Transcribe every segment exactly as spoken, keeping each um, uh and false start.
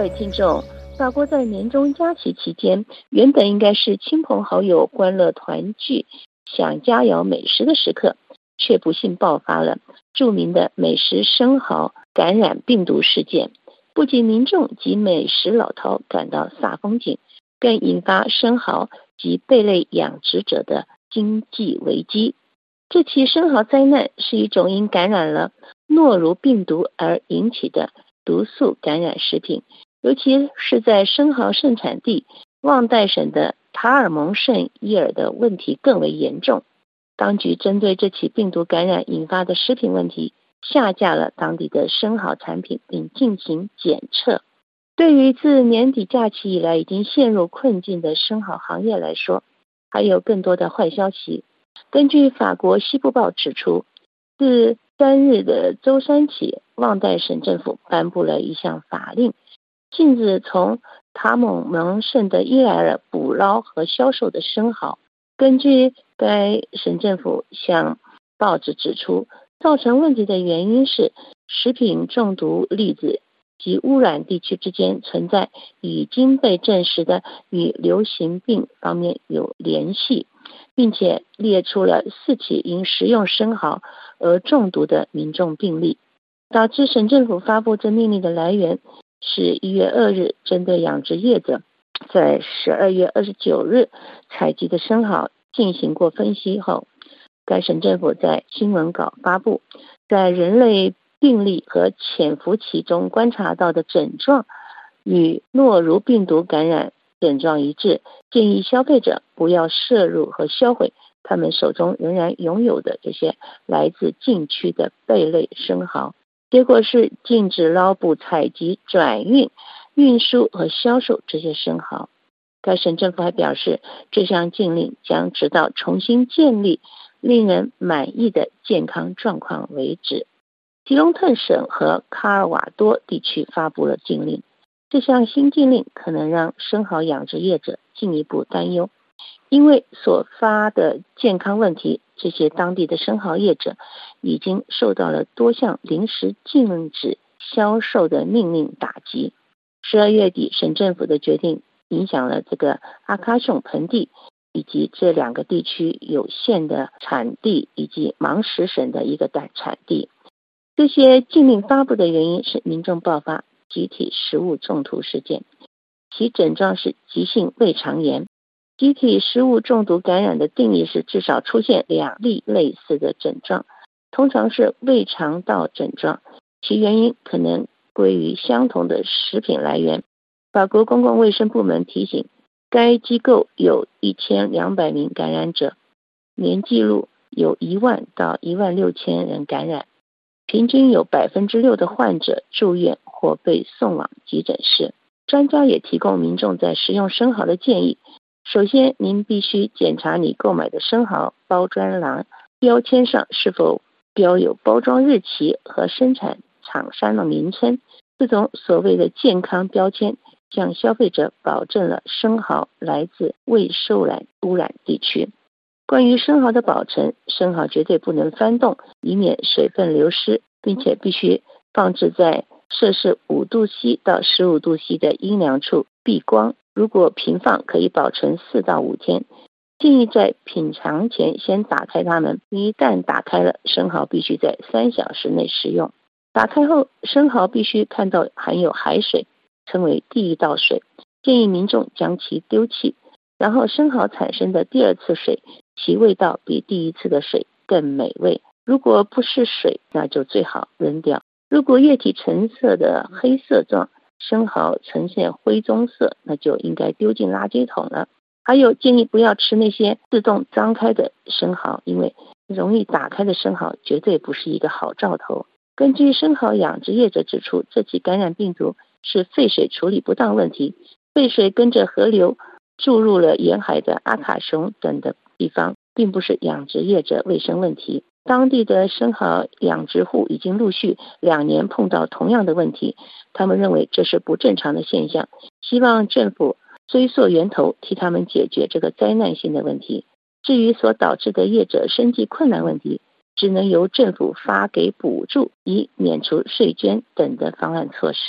位听众，法国在年终假期期间，原本应该是亲朋好友欢乐团聚、享佳肴美食的时刻，却不幸爆发了著名的美食生蚝感染病毒事件。不仅民众及美食老饕感到煞风景，更引发生蚝及贝类养殖者的经济危机。这起生蚝灾难是一种因感染了诺如病毒而引起的毒素感染食品，尤其是在生蚝盛产地旺代省的塔尔蒙圣伊尔的问题更为严重。当局针对这起病毒感染引发的食品问题，下架了当地的生蚝产品并进行检测。对于自年底假期以来已经陷入困境的生蚝行业来说，还有更多的坏消息。根据法国西部报指出，自三日的周三起，旺代省政府颁布了一项法令，禁止从塔蒙蒙省的伊莱尔捕捞和销售的生蚝。根据该省政府向报纸指出，造成问题的原因是食品中毒例子及污染地区之间存在已经被证实的与流行病方面有联系，并且列出了四起因食用生蚝而中毒的民众病例。导致省政府发布这命令的来源是一月二日针对养殖业者在十二月二十九日采集的生蚝进行过分析后，该省政府在新闻稿发布，在人类病例和潜伏期中观察到的症状与诺如病毒感染症状一致，建议消费者不要摄入和销毁他们手中仍然拥有的这些来自禁区的贝类生蚝。结果是禁止捞捕、采集、转运、运输和销售这些生蚝。该省政府还表示，这项禁令将直到重新建立令人满意的健康状况为止。吉隆特省和卡尔瓦多地区发布了禁令，这项新禁令可能让生蚝养殖业者进一步担忧，因为所发的健康问题，这些当地的生蚝业者已经受到了多项临时禁止销售的命令打击。十二月底，省政府的决定影响了这个阿卡琼盆地以及这两个地区有限的产地以及芒什省的一个产地。这些禁令发布的原因是民众爆发集体食物中毒事件，其症状是急性胃肠炎。集体食物中毒感染的定义是至少出现两例类似的症状，通常是胃肠道症状，其原因可能归于相同的食品来源。法国公共卫生部门提醒，该机构有一千两百名感染者，年记录有一万到一万六千人感染，平均有百分之六的患者住院或被送往急诊室。专家也提供民众在食用生蚝的建议。首先，您必须检查你购买的生蚝包装栏标签上是否标有包装日期和生产厂商的名称。这种所谓的健康标签向消费者保证了生蚝来自未受染污染地区。关于生蚝的保存，生蚝绝对不能翻动，以免水分流失，并且必须放置在摄氏五度 C 到十五度 C 的阴凉处避光。如果平放，可以保存四到五天。建议在品尝前先打开它们，一旦打开了，生蚝必须在三小时内食用。打开后，生蚝必须看到含有海水，称为第一道水，建议民众将其丢弃。然后生蚝产生的第二次水，其味道比第一次的水更美味。如果不是水，那就最好扔掉。如果液体橙色的黑色状，生蚝呈现灰棕色，那就应该丢进垃圾桶了。还有，建议不要吃那些自动张开的生蚝，因为容易打开的生蚝绝对不是一个好兆头。根据生蚝养殖业者指出，这起感染病毒是废水处理不当问题，废水跟着河流注入了沿海的阿卡熊等的地方，并不是养殖业者卫生问题。当地的生蚝养殖户已经陆续两年碰到同样的问题，他们认为这是不正常的现象，希望政府追溯源头，替他们解决这个灾难性的问题。至于所导致的业者生计困难问题，只能由政府发给补助，以免除税捐等的方案措施。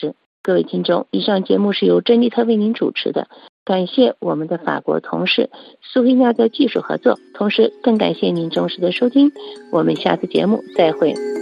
各位听众，以上节目是由珍妮特为您主持的，感谢我们的法国同事苏菲亚的技术合作，同时更感谢您忠实的收听，我们下次节目再会。